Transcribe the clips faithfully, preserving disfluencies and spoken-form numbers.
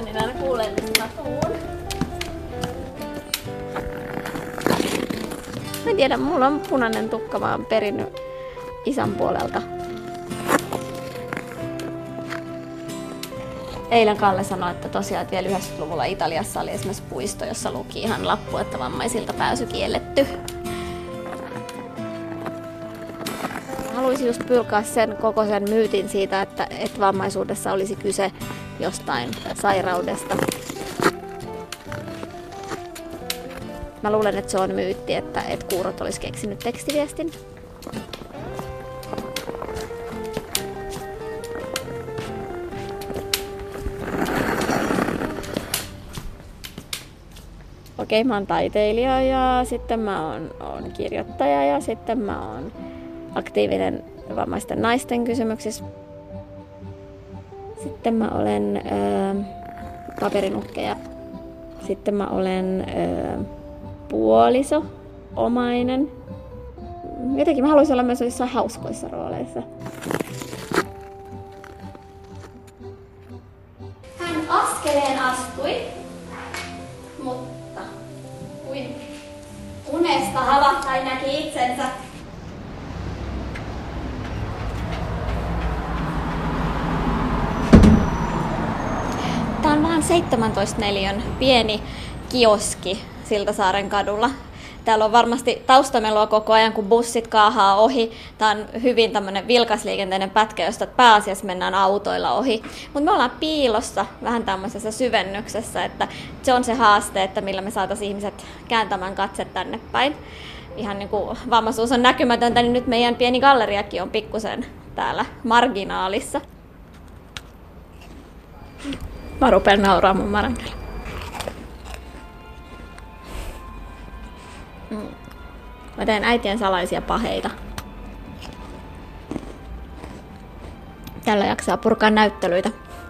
niin aina kuulee, mistä mä tuun. Mä en tiedä, mulla on punainen tukka, mä oon perinnyt isän puolelta. Eilen Kalle sanoi, että tosiaan että vielä yhdeksänkymmentäluvulla Italiassa oli esimerkiksi puisto, jossa luki ihan lappu, että vammaisilta pääsy kielletty. Haluaisin just purkaa sen koko sen myytin siitä, että, että vammaisuudessa olisi kyse jostain sairaudesta. Mä luulen, että se on myytti, että, että kuurot olisi keksinyt tekstiviestin. Okei, mä oon taiteilija ja sitten mä oon, oon kirjoittaja ja sitten mä oon aktiivinen vammaisten naisten kysymyksissä. Sitten mä olen ö, paperinukkeja. Sitten mä olen ö, puoliso, omainen. Jotenkin mä haluaisin olla myös jossain hauskoissa rooleissa. Hän askeleen astui, mutta kuin unesta havahtain näki itsensä. Tää on vaan seitsemäntoista neliön pieni kioski Siltasaaren kadulla. Täällä on varmasti taustamelua koko ajan, kun bussit kaahaa ohi. Tää on hyvin tämmönen vilkasliikenteinen pätkä, josta pääasiassa mennään autoilla ohi. Mutta me ollaan piilossa vähän tämmöisessä syvennyksessä, että se on se haaste, että millä me saataisiin ihmiset kääntämään katse tänne päin. Ihan niin kuin vammaisuus on näkymätöntä, niin nyt meidän pieni galleriakin on pikkusen täällä marginaalissa. Mä rupean nauraa mun marangelle. Mä teen äitien salaisia paheita. Tällä jaksaa purkaa näyttelyitä.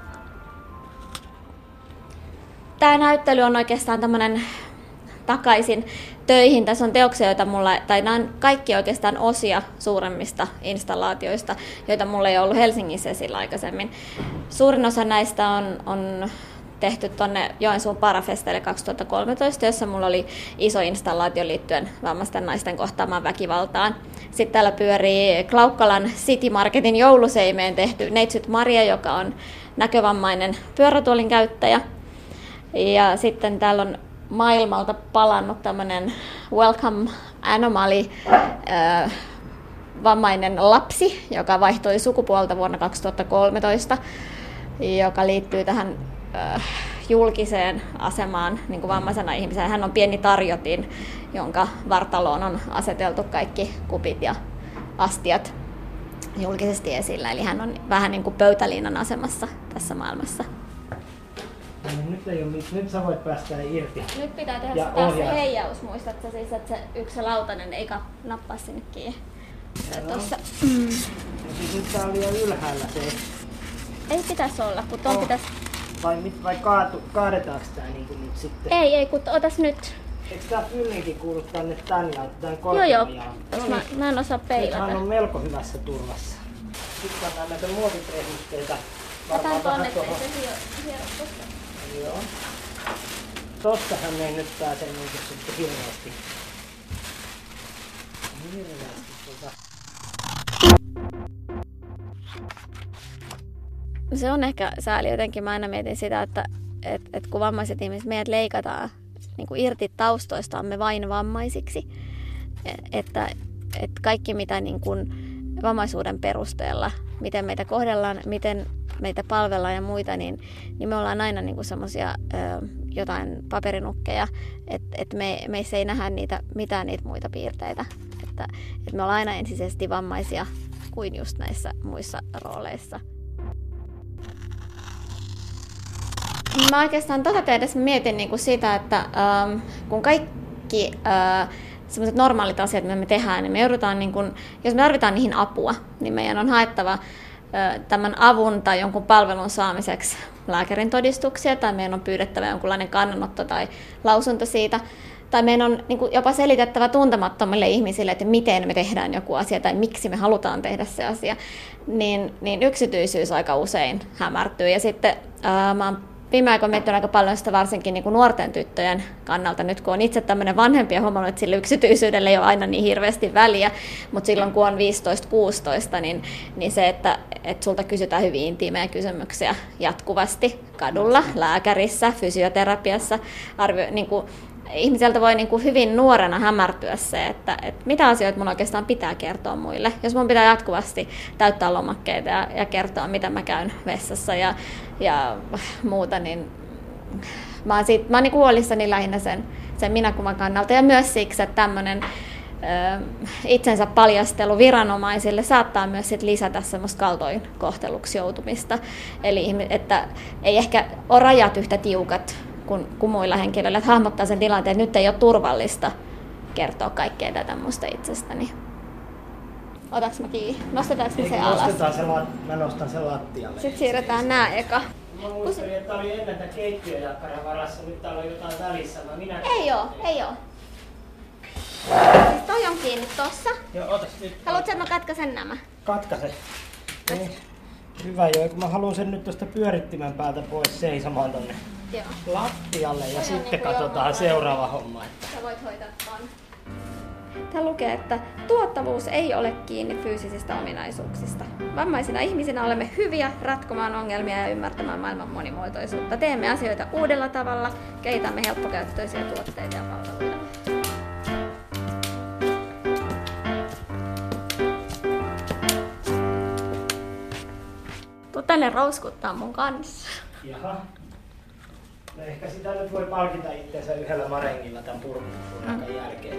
Tää näyttely on oikeastaan tämmönen takaisin töihin. Tässä on teoksia, joita mulla, tai nämä on kaikki oikeastaan osia suuremmista installaatioista, joita mulla ei ollut Helsingissä esillä aikaisemmin. Suurin osa näistä on, on tehty tuonne Joensuun Parafesteille kaksituhattakolmetoista, jossa mulla oli iso installaatio liittyen vammaisten naisten kohtaamaan väkivaltaan. Sitten täällä pyörii Klaukkalan City Marketin jouluseimeen tehty Neitsyt Maria, joka on näkövammainen pyörätuolin käyttäjä. Ja sitten täällä on maailmalta palannut tämmöinen Welcome Anomaly äh, vammainen lapsi, joka vaihtoi sukupuolta vuonna kaksituhattakolmetoista, joka liittyy tähän äh, julkiseen asemaan niin kuin vammaisena ihmisenä. Hän on pieni tarjotin, jonka vartaloon on aseteltu kaikki kupit ja astiat julkisesti esillä. Eli hän on vähän niin kuin pöytäliinan asemassa tässä maailmassa. Nyt, ei ole, nyt sä voit päästä irti. Nyt pitää tehdä ja taas se heijaus, muistatko siis, että se yksi lautanen ei nappaa sinne kiinni. Tossa. Mm. Siis nyt tää on liian ylhäällä se. Ei pitäisi olla, kun ton oh. pitäisi... Vai, vai kaatu, kaadetaanko tää niinku nyt sitten? Ei, ei, kun otas nyt. Eikö tää fyllinkin kuulu tänne tän ja tän korkean? Joo, joo. No, mä, mä en osaa peilata. Hän on melko hyvässä turvassa. Sitten on näitä muovipehdysteitä. Jätän tonne, ettei se hiero tosta. Joo. Tossahan ei nyt pääse niinku sitten hirveästi. Hirveästi tuota. Se on ehkä sääli jotenkin. Mä aina mietin sitä, että et, et kun vammaiset ihmiset meidät leikataan niin kuin irti taustoistamme vain vammaisiksi. Että et kaikki mitä niin kuin vammaisuuden perusteella, miten meitä kohdellaan, miten meitä palvellaan ja muita, niin, niin me ollaan aina niin kuin semmoisia jotain paperinukkeja, että et me, meissä ei nähdä niitä, mitään niitä muita piirteitä. Että et me ollaan aina ensisijaisesti vammaisia kuin just näissä muissa rooleissa. Mä oikeastaan tota tehdessä mietin niinku sitä, että ähm, kun kaikki äh, sellaiset normaalit asiat, mitä me tehdään, niin me joudutaan, niin kun, jos me tarvitaan niihin apua, niin meidän on haettava äh, tämän avun tai jonkun palvelun saamiseksi lääkärin todistuksia, tai meidän on pyydettävä jonkunlainen kannanotto tai lausunto siitä, tai meidän on niin kun, jopa selitettävä tuntemattomille ihmisille, että miten me tehdään joku asia tai miksi me halutaan tehdä se asia, niin, niin yksityisyys aika usein hämärtyy. Ja sitten ää, mä oon viime aikoina miettinyt aika paljon sitä varsinkin niin kuin nuorten tyttöjen kannalta, nyt kun on itse tämmöinen vanhempi ja huomannut, että sillä yksityisyydellä ei ole aina niin hirveästi väliä, mutta silloin kun on viisitoista kuusitoista, niin, niin se, että, että sulta kysytään hyvin intiimejä kysymyksiä jatkuvasti kadulla, lääkärissä, fysioterapiassa, arvio, niin kuin, ihmiseltä voi niin kuin hyvin nuorena hämärtyä se, että, että mitä asioita mun oikeastaan pitää kertoa muille. Jos mun pitää jatkuvasti täyttää lomakkeita ja, ja kertoa, mitä mä käyn vessassa ja, ja muuta, niin mä oon, siitä, mä oon niin kuin huolissani lähinnä sen, sen minäkuvan kannalta. Ja myös siksi, että tämmöinen ö, itsensä paljastelu viranomaisille saattaa myös sit lisätä semmoista kaltoinkohteluksi joutumista. Eli että ei ehkä ole rajat yhtä tiukat kuin, kuin muilla henkilöillä, että hahmottaa sen tilanteen, että nyt ei ole turvallista kertoa kaikkea tätä musta itsestäni. Otaks mä kiinni? Nostetaanko me se alas? Nostetaan se, mä nostan sen lattialle. Sitten siirretään nää eka. Mä muistelin, että oli ennen tämän keittiöjakkaran varassa, nyt täällä on jotain välissä. Mä minä ei oo, ei oo. Siis toi on kiinni tossa. Joo, otas nyt. Haluatko, että mä katkaisen nämä? Katkaise. Niin. Hyvä joo, kun mä haluan sen nyt tuosta pyörittimen päältä pois seisomaan tonne Joo. lattialle ja Toi sitten niin katsotaan seuraava homma. Että... Sä voit hoitaa ton. Tää lukee, että tuottavuus ei ole kiinni fyysisistä ominaisuuksista. Vammaisina ihmisinä olemme hyviä ratkomaan ongelmia ja ymmärtämään maailman monimuotoisuutta. Teemme asioita uudella tavalla, kehitämme helppokäyttöisiä tuotteita ja palveluita. Tuu tänne rouskuttaa mun kanssa. Jaha. No ehkä sitä nyt voi palkita itseensä yhdellä marengilla tämän purkupurakan mm. jälkeen.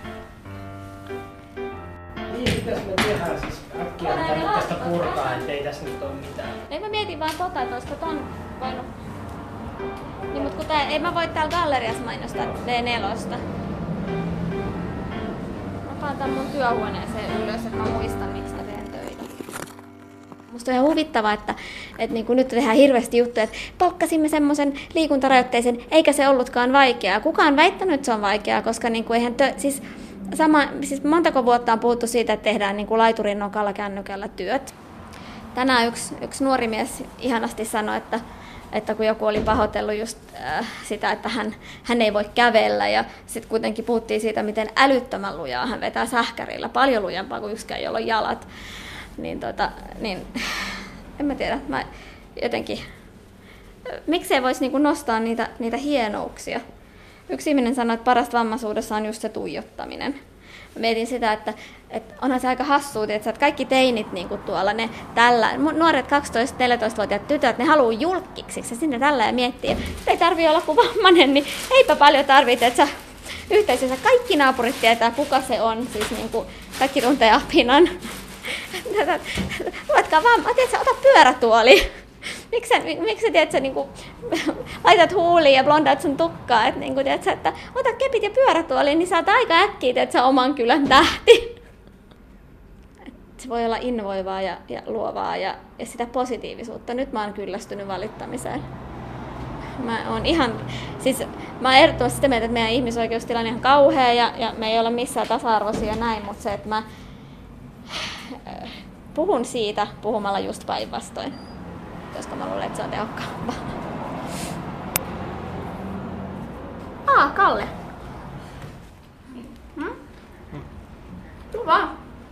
Niin, mitäs me tehdään siis äkkiä nyt tästä purkaa, ettei tässä nyt ole mitään? Ei mä mietin vaan tota, että olisiko ton voinut... Niin, mut kun tää, ei mä voi täällä galleriassa mainostaa V neljä. Mä otan tän mun työhuoneeseen ylös, että mä muistan miksi mä teen töitä. Musta on ihan huvittavaa, että, että niin nyt tehdään hirveästi juttuja, että palkkasimme semmoisen liikuntarajoitteisen, eikä se ollutkaan vaikeaa. Kukaan on väittänyt, että se on vaikeaa, koska niin kuin eihän tö, siis, sama, siis montako vuotta on puhuttu siitä, että tehdään niin kuin laiturin nokalla kännykällä työt. Tänään yksi, yksi nuori mies ihanasti sanoi, että, että kun joku oli pahoitellut just äh, sitä, että hän, hän ei voi kävellä, ja sitten kuitenkin puhuttiin siitä, miten älyttömän lujaa hän vetää sähkärillä, paljon lujempaa kuin yksikään, jolla on jalat. Niin, tota, niin en mä tiedä, mä jotenkin, miksei voisi niinku nostaa niitä, niitä hienouksia. Yksi ihminen sanoi, että parasta vammaisuudessa on just se tuijottaminen. Mä mietin sitä, että, että onhan se aika hassua, että kaikki teinit niinku tuolla, ne tällä, nuoret kaksitoista-neljätoista-vuotiaat tytöt, ne haluaa julkkiksiksi ja sinne tällä ja miettii, että ei tarvitse olla kuin vammainen, niin eipä paljon tarvitse, että sä yhteisössä kaikki naapurit tietää, kuka se on, siis niinku kaikki tuntee Apinan. Luotkaa vaan, tiedätkö, ota pyörätuoli. Miksi sä, miksi sä, tiedätkö, niin kuin, laitat huuliin ja blondaat sun tukkaa, että, niin kuin, tiedätkö, että ota kepit ja pyörätuoli, niin saat aika äkkiä, tiedätkö, oman kylän tähti. Se voi olla innovoivaa ja, ja luovaa ja, ja sitä positiivisuutta. Nyt mä oon kyllästynyt valittamiseen. Mä oon ihan, siis mä oon ehdottomasti sitä mieltä, että meidän ihmisoikeustilanne on ihan kauhea ja, ja me ei olla missään tasa-arvoisia ja näin, mutta se, että mä puhun siitä puhumalla just päinvastoin, koska mä luulen, että se on tehokkaampaa. Aa, Kalle. Hmm? Tuu vaan.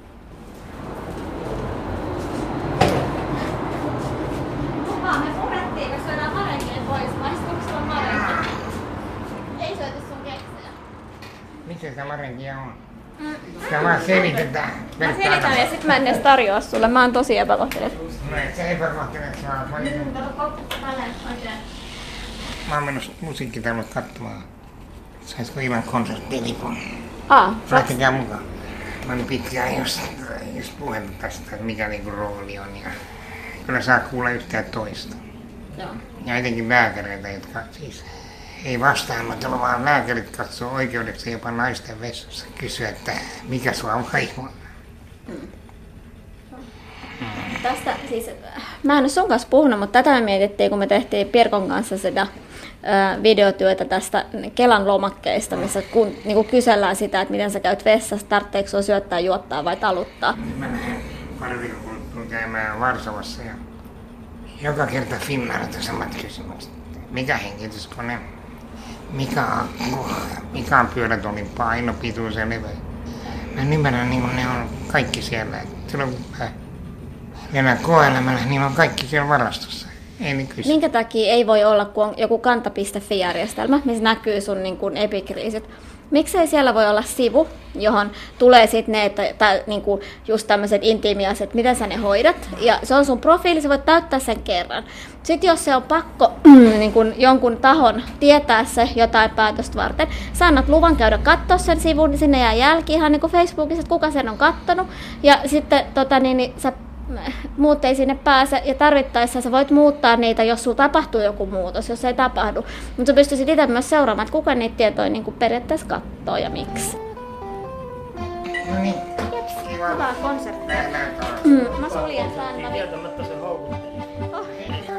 Tuu vaan, me purettiin, kun syödään marenkin pois. Maistuuko sulla marenki? Ei syöty sun keksejä. Missä se marenkia on? Sitä vaan selitetään. Mä selitän ja sit mä en edes tarjoa sulle. Mä oon tosi epäkohtelias. No et sä epäkohtelias vaan. Mä, mä oon menossa musiikkitalolle katsomaan. Saisiko ilman konserttilipun? Aa, Lähtekää mukaan. Mä olin pitkään just, just puhunut tästä, että mikä niinku rooli on. Ja kyllä saa kuulla yhtään toista. Joo. Ja etenkin lääkäreitä, jotka siis ei vastaanotolla, vaan lääkärit katsoo oikeudeksi jopa naisten vessassa kysyä, että mikä sua vaivaa. Mm. Mm. Tästä siis, mä en ole sun kanssa puhunut, mutta tätä me mietittiin, kun me tehtiin Pirkon kanssa sitä ä, videotyötä tästä Kelan lomakkeista, missä kun, niin kun kysellään sitä, että miten sä käyt vessassa, tarvitseeko sua syöttää, juottaa vai taluttaa. Mä lähden pari viikon käymään Varsovassa ja joka kerta Finnaarilta samat kysymykset. mikä hengityskone, mikä akku, mikä on pyörätuolin paino, pituus ja leveys. Mä en ymmärrä, niin kuin ne on kaikki siellä. Silloin kun mä elän koeelämällä, niin on kaikki siellä varastossa. Ei niin kysy. Minkä takia ei voi olla, kun on joku kanta piste fi-järjestelmä, missä näkyy sun niin kuin epikriisit? Miksei siellä voi olla sivu, johon tulee sitten ne, että, tai niin kuin just tämmöiset intiimiasiat, miten sä ne hoidat. Ja se on sun profiili, sä voit täyttää sen kerran. Sitten jos se on pakko niin kuin jonkun tahon tietää se jotain päätöstä varten, sä annat luvan käydä katsoa sen sivun, niin sinne jää jälki ihan niin kuin Facebookissa, että kuka sen on kattonut. Ja sitten tota, niin, niin, sä muut ei sinne pääse, ja tarvittaessa sä voit muuttaa niitä, jos sulla tapahtuu joku muutos, jos ei tapahdu. Mutta sä pystyisit itse myös seuraamaan, että kuka niitä tietoja niin kuin periaatteessa katsoo ja miksi. No niin. Hyvää konserttia. Mm, mä suljen tän. Niin tietämättä se houkutteli. Oh.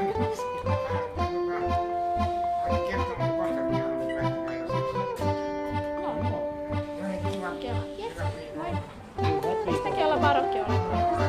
Mistäkin olla barokki olla?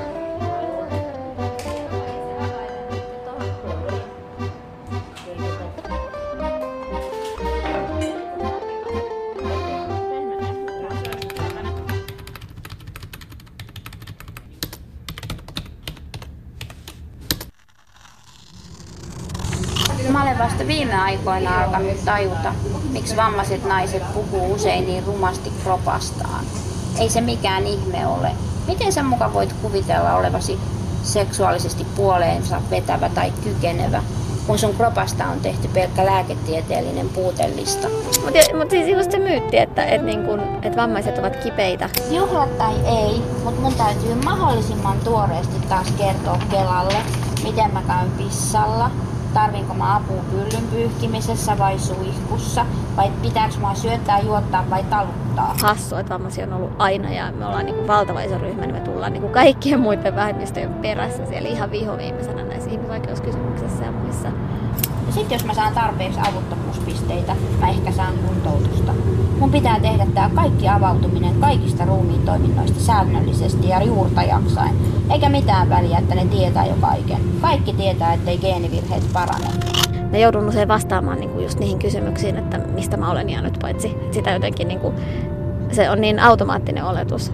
Mä olen vasta viime aikoina alkanut tajuta, miksi vammaiset naiset puhuu usein niin rumasti kropastaan. Ei se mikään ihme ole. Miten sä muka voit kuvitella olevasi seksuaalisesti puoleensa vetävä tai kykenevä, kun sun kropasta on tehty pelkkä lääketieteellinen puutellista? Mutta mut siis just se myytti, että et niinku, et vammaiset ovat kipeitä. Juhlat tai ei, mutta mun täytyy mahdollisimman tuoreesti taas kertoa Kelalle, miten mä käyn pissalla. Tarviinko mä apua pyllyn pyyhkimisessä vai suihkussa? Vai pitääkö mä syöttää, juottaa vai taluttaa? Hassu, että vammaisia on ollut aina ja me ollaan niinku valtava iso ryhmä, niin me tullaan niinku kaikkien muiden vähemmistöjen perässä siellä ihan vihoviimeisenä näissä ihmisoikeuskysymyksissä ja muissa. Ja sit jos mä saan tarpeeksi avuttomuuspisteitä, mä ehkä saan kuntoutusta. Mun pitää tehdä tää kaikki avautuminen kaikista ruumiin toiminnoista säännöllisesti ja juurta jaksain. Eikä mitään väliä, että ne tietää jo kaiken. Kaikki tietää, ettei geenivirheet parane. Mä joudun usein vastaamaan niinku just niihin kysymyksiin, että mistä mä olen jäänyt paitsi. Sitä jotenkin niinku, se on niin automaattinen oletus.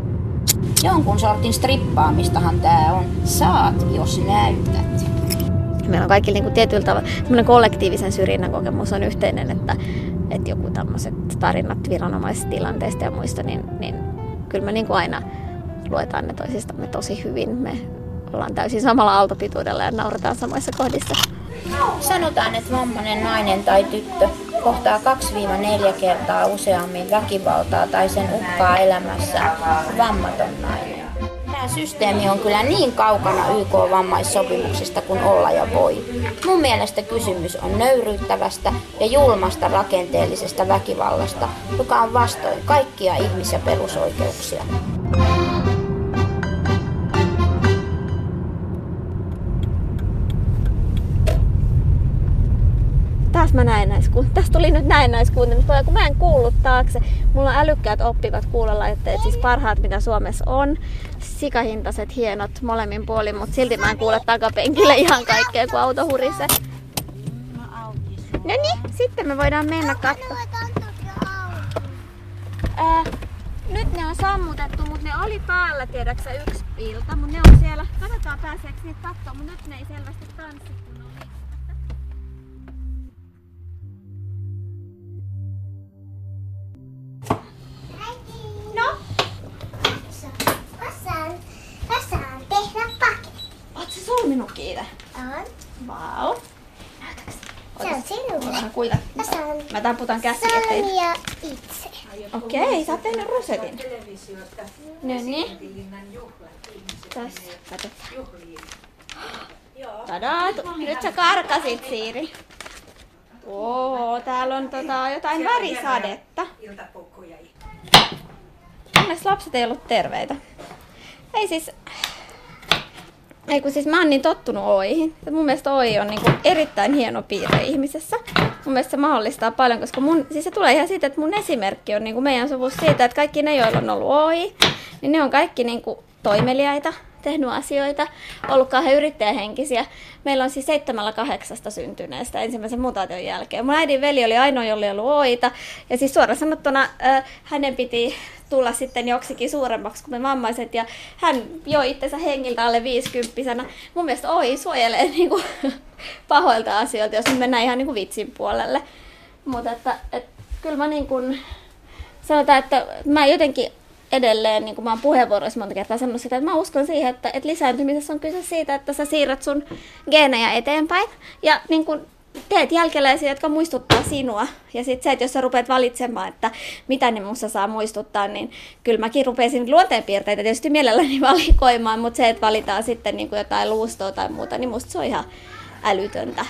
Jonkun sortin strippaamistahan tää on. Saat, jos näytät. Meillä on kaikilla niin tietyllä tavalla semmoinen kollektiivisen syrjinnän kokemus on yhteinen, että, että joku tämmöiset tarinat viranomaistilanteista ja muista, niin, niin kyllä me niin kuin aina luetaan ne toisistamme tosi hyvin. Me ollaan täysin samalla aaltopituudella ja naurataan samoissa kohdissa. Sanotaan, että vammainen nainen tai tyttö kohtaa kaksi neljä kertaa useammin väkivaltaa tai sen uhkaa elämässään kuin vammaton nainen. Tämä systeemi on kyllä niin kaukana Y K-vammaissopimuksesta kuin olla ja voi. Mun mielestä kysymys on nöyryyttävästä ja julmasta rakenteellisesta väkivallasta, joka on vastoin kaikkia ihmis- ja perusoikeuksia. Taas mä näennäiskuuntelin. Tästä tuli nyt näennäiskuuntelua, kun mä en kuullut taakse. Mulla on älykkäät oppivat kuulolaitteet, siis parhaat mitä Suomessa on. Sikahintaiset, hienot molemmin puolin, mutta silti mä en kuule takapenkille ihan kaikkea, kun auto hurisee. No niin, sitten me voidaan mennä katsomaan. Ää, nyt ne on sammutettu, mutta ne oli päällä, tiedäksä, yksi ilta, mutta ne on siellä. Katsotaan pääseekö niitä katsomaan, mutta nyt ne ei selvästi tanssi, kun on liikkeessä. No? Mä saan, mä saan tehdä paketin. Oot sä solminut kiitä? On. Vau. Näytäks? Se on sinulle. Vähän kuita. Mä saan Mä taputan käsiä, ettei... Sania itse. Okei, sä oot tehnyt rosetin. No niin. Tässä, katsotaan. Tadaa, nyt sä karkasit, Siiri. Oo, täällä on tota, jotain värisadetta. Onneksi lapset ei ollut terveitä. Ei siis... Ei kun siis mä oon niin tottunut oihin. Mun mielestä oi on niinku erittäin hieno piirre ihmisessä. Mun mielestä se mahdollistaa paljon, koska mun, siis se tulee ihan siitä, että mun esimerkki on niinku meidän suvussa siitä, että kaikki ne, joilla on ollut oi, niin ne on kaikki niinku toimeliaita, tehnyt asioita, ollut kauhean yrittäjähenkisiä. Meillä on siis seitsemällä kahdeksasta syntyneestä ensimmäisen mutaation jälkeen. Mun äidin veli oli ainoa, jolla ei ollut oita. Ja siis suoraan sanottuna äh, hänen piti tulla sitten joksikin suuremmaksi kuin me vammaiset. Ja hän joi itsensä hengiltä alle viisikymppisenä. Mun mielestä oi suojelee niin kuin, pahoilta asioilta, jos me mennään ihan niin kuin vitsin puolelle. Mutta että, että kyllä mä niin kuin sanotaan, että mä jotenkin edelleen, niin kuin mä oon puheenvuoroissa monta kertaa sanonut sitä, että mä uskon siihen, että, että lisääntymisessä on kyse siitä, että sä siirrät sun geenejä eteenpäin ja niin kuin teet jälkeläisiä, jotka muistuttaa sinua. Ja sitten se, että jos sä rupeat valitsemaan, että mitä ne musta saa muistuttaa, niin kyllä mäkin rupesin luonteenpiirteitä tietysti mielelläni valikoimaan, mutta se, että valitaan sitten niin kuin jotain luustoa tai muuta, niin musta se on ihan älytöntä.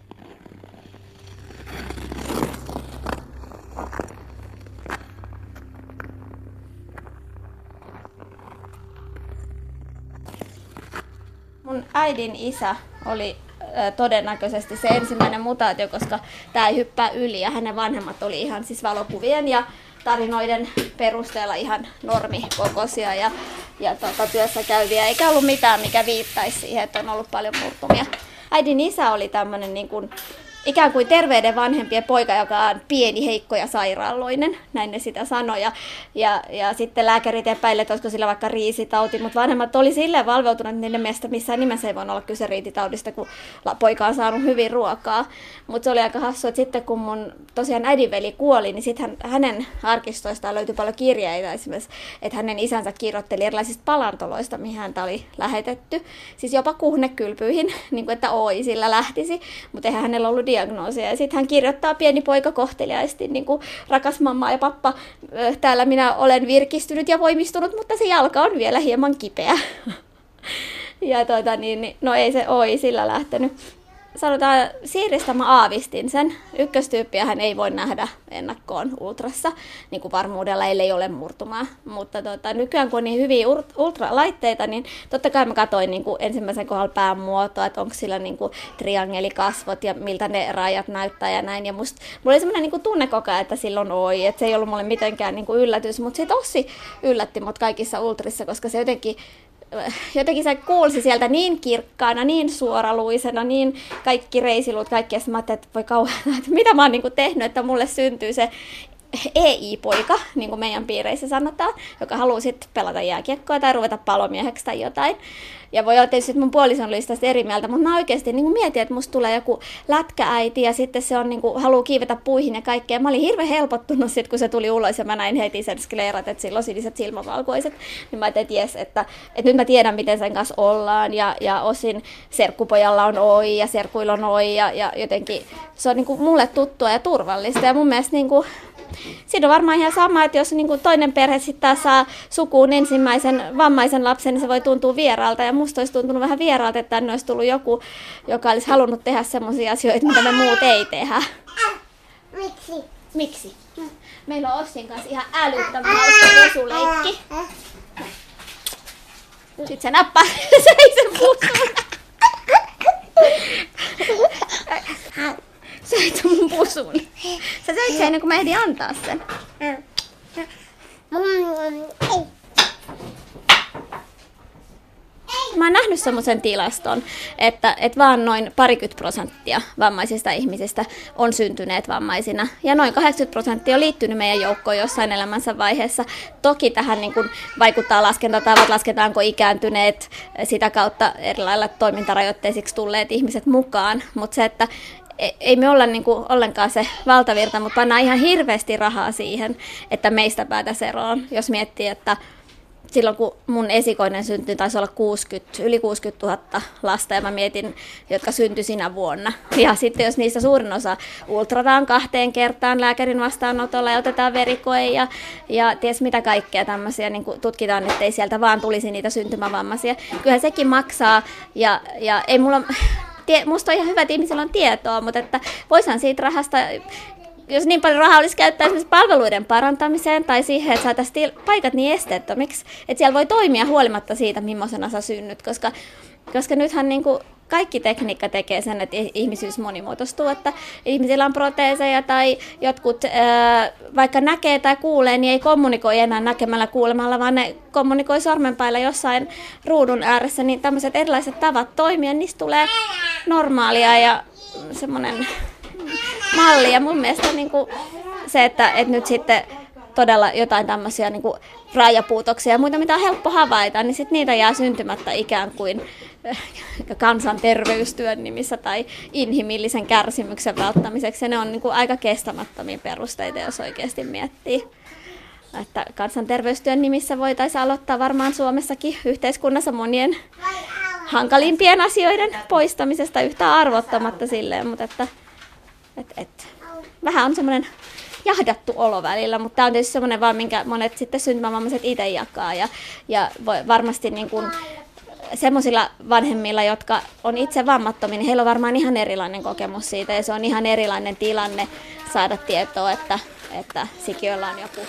Mun äidin isä oli ö, todennäköisesti se ensimmäinen mutaatio, koska tämä ei hyppää yli ja hänen vanhemmat oli ihan siis valokuvien ja tarinoiden perusteella ihan normikokoisia ja, ja tuota, työssä käyviä, eikä ollut mitään, mikä viittaisi siihen, että on ollut paljon murtumia. Äidin isä oli tämmöinen niin kuin ikään kuin terveiden vanhempien poika, joka on pieni, heikko ja sairaaloinen, näin ne sitä sanoi. Ja, ja, ja sitten lääkärit epäilivät, että olisiko sillä vaikka riisitauti, mutta vanhemmat oli silleen valveutuneet, että niiden mielestä missään nimessä ei voi olla kyse riisitaudista, kun poika on saanut hyvin ruokaa. Mutta se oli aika hassu, että sitten kun mun tosiaan äidinveli kuoli, niin sitten hänen arkistoistaan löytyi paljon kirjeitä esimerkiksi, että hänen isänsä kirjoitteli erilaisista palantoloista, mihin häntä oli lähetetty. Siis jopa kuhnekylpyihin, niin kuin että oi, sillä lähtisi, mutta eihän hänellä ollut diagnoosia. Ja sitten hän kirjoittaa pieni poika kohteliaisesti, niin kuin rakas mamma ja pappa, täällä minä olen virkistynyt ja voimistunut, mutta se jalka on vielä hieman kipeä. Ja tuota, niin, no ei se oi sillä lähtenyt. Sanotaan, siiristä mä aavistin sen. Ykköstyyppiähän ei voi nähdä ennakkoon ultrassa, niin kuin varmuudella, ellei ole murtumaa. Mutta tota, nykyään kun on niin hyviä ultralaitteita, niin totta kai mä katsoin niin kuin ensimmäisen kohdalla pään muotoa, että onko sillä niin kuin triangelikasvot ja miltä ne rajat näyttää ja näin. Ja musta, mulla oli semmoinen niin kuin tunne koko ajan, että silloin oi, että se ei ollut mulle mitenkään niin kuin yllätys, mutta se tosi yllätti mut kaikissa ultrissa, koska se jotenkin jotenkin se kuulsi sieltä niin kirkkaana, niin suoraluisena, niin kaikki reisiluut, kaikki, ja mä ajattelin, että voi kauhean, että mitä mä oon niin kuin tehnyt, että mulle syntyy se E I-poika, niin kuin meidän piireissä sanotaan, joka haluaa sitten pelata jääkiekkoa tai ruveta palomieheksi tai jotain. Ja voi olla tietysti, että mun puolison oli tästä eri mieltä, mutta mä oikeasti niin kuin mietin, että musta tulee joku lätkääiti ja sitten se on, niin kuin, haluaa kiivetä puihin ja kaikkea. Mä olin hirveän helpottunut sit, kun se tuli ulos ja mä näin heti sen skleerat, että sillä on siniset silmävalkoiset. Niin mä ajattelin, että jes, että, että nyt mä tiedän, miten sen kanssa ollaan ja, ja osin serkkupojalla on oi ja serkuilla on oi ja, ja jotenkin se on niin kuin mulle tuttua ja turvallista ja mun mielestä niin kuin, siinä on varmaan ihan sama, että jos niin kuin toinen perhe sitten taas saa sukuun ensimmäisen vammaisen lapsen, niin se voi tuntua vieraalta. Ja musta olisi tuntunut vähän vieraalta, että tänne olisi tullut joku, joka olisi halunnut tehdä sellaisia asioita, mitä me muut ei tehdä. Miksi? Miksi? Meillä on Ossin kanssa ihan älyttömän hauska pesuleikki. Sitten se nappaa sen pusuun. Söit mun pusun. Sä söit sen ennen kuin mä ehdin antaa sen. Mä oon nähnyt semmoisen tilaston, että, että vaan noin parikymmentä prosenttia vammaisista ihmisistä on syntyneet vammaisina. Ja noin kahdeksankymmentä prosenttia on liittynyt meidän joukkoon jossain elämänsä vaiheessa. Toki tähän niin kuin vaikuttaa laskentatavat, lasketaanko ikääntyneet, sitä kautta eri lailla toimintarajoitteisiksi tulleet ihmiset mukaan. Mutta se, että ei me olla niin kuin ollenkaan se valtavirta, mutta pannaan ihan hirveästi rahaa siihen, että meistä päätäisiin eroon. Jos miettii, että silloin kun mun esikoinen syntyi, taisi olla kuusikymmentä, yli kuusikymmentätuhatta lasta, ja mä mietin, jotka syntyi sinä vuonna. Ja sitten jos niistä suurin osa ultrataan kahteen kertaan lääkärin vastaanotolla ja otetaan verikoe ja, ja ties mitä kaikkea tämmöisiä, niin kuin tutkitaan, ettei sieltä vaan tulisi niitä syntymävammaisia. Kyllähän sekin maksaa, ja, ja ei mulla... Musta on ihan hyvä, että ihmisillä on tietoa, mutta että voisihan siitä rahasta, jos niin paljon rahaa olisi käyttää esimerkiksi palveluiden parantamiseen tai siihen, että saataisiin paikat niin esteettömiksi, että siellä voi toimia huolimatta siitä, millaisena sä synnyt, koska, koska nythän niin kuin kaikki tekniikka tekee sen, että ihmisyys monimuotoistuu, että ihmisillä on proteeseja tai jotkut ää, vaikka näkee tai kuulee, niin ei kommunikoi enää näkemällä kuulemalla, vaan ne kommunikoi sormenpäillä jossain ruudun ääressä, niin tämmöiset erilaiset tavat toimia, niistä tulee normaalia ja semmoinen malli. Ja mun mielestä niin kuin se, että, että nyt sitten todella jotain tämmöisiä niin kuin rajapuutoksia ja muita, mitä on helppo havaita, niin sit niitä jää syntymättä ikään kuin kansanterveystyön nimissä tai inhimillisen kärsimyksen välttämiseksi. Ja ne on niin kuin aika kestämättömiä perusteita, jos oikeasti miettii. Että kansanterveystyön nimissä voitaisiin aloittaa varmaan Suomessakin yhteiskunnassa monien hankalimpien asioiden poistamisesta yhtä arvottamatta silleen, mutta että, et, et, vähän on semmoinen jahdattu olo välillä, mutta tämä on tietysti semmoinen vaan, minkä monet sitten syntymävammaiset itse jakaa. Ja, ja voi varmasti niin kuin semmoisilla vanhemmilla, jotka on itse vammattomia, niin heillä on varmaan ihan erilainen kokemus siitä ja se on ihan erilainen tilanne saada tietoa, että, että sikiöllä on joku.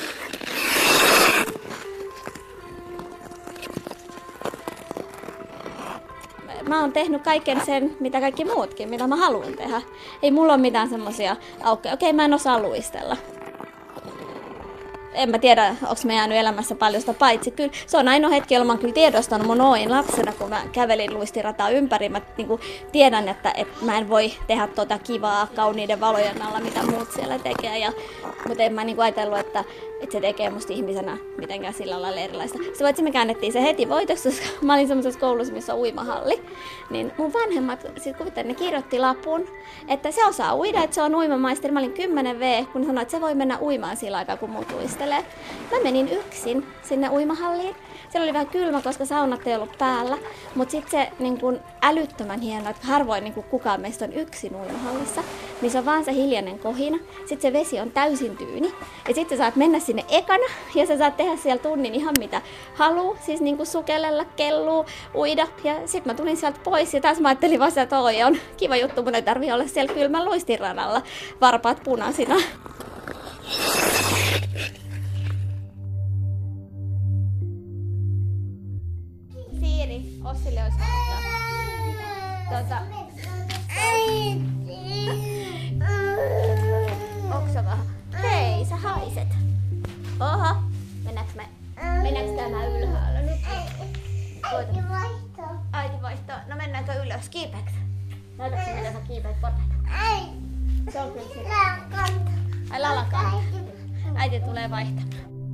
Mä oon tehnyt kaiken sen, mitä kaikki muutkin, mitä mä haluan tehdä. Ei mulla ole mitään semmosia aukkoja. Okei, mä en osaa luistella. En mä tiedä, onko mä jäänyt elämässä paljon sitä paitsi. Kyllä se on ainoa hetki, jolloin mä oon kyllä tiedostanut mun oin lapsena, kun mä kävelin luistirataa ympäri. Mä niin kuin tiedän, että, että mä en voi tehdä tota kivaa kauniiden valojen alla, mitä muut siellä tekee. Ja, mutta en mä niin kuin ajatellut, että, että se tekee musta ihmisenä mitenkään sillä lailla erilaista. Se paitsi me käännettiin se heti voitoksi, koska mä olin semmoisessa koulussa, missä on uimahalli. Niin mun vanhemmat, sit kuvittelin, ne kirjoitti lapun, että se osaa uida, että se on uimamaisteri. Mä olin kymmenen vuotta, kun ne sanoi, että se voi mennä uimaan sillä aikaa, kun muut uistelee. Mä menin yksin sinne uimahalliin. Siellä oli vähän kylmä, koska saunat ei ollut päällä. Mutta sitten se niin kun älyttömän hienoa, että harvoin niin kun kukaan meistä on yksin uimahallissa, missä on vaan se hiljainen kohina. Sitten se vesi on täysin tyyni. Ja sitten sä saat mennä sinne ekana ja sä saat tehdä siellä tunnin ihan mitä haluu. Siis niin kuin sukellella, kelluu, uida. Ja sitten mä tulin sieltä pois ja taas mä ajattelin vasta, että oi, on kiva juttu, mutta ei tarvii olla siellä kylmän luistinradalla. Varpaat punaisina. Siiri, Ossille olisi sanottaa. Tuota... Onko se vähän? Hei, sä haiset. Oho, mennäänkö me? Mennäänkö tämä ylhäällä nyt? Äiti vaihtoo. Äiti vaihtoo. No mennäänkö ylös? Kiipeätkö? Näytätkö miten sä kiipeät portaita? Äiti. Se on kyllä sitä. Lalakanta. Ai lalakanta. Äiti tulee vaihtamaan.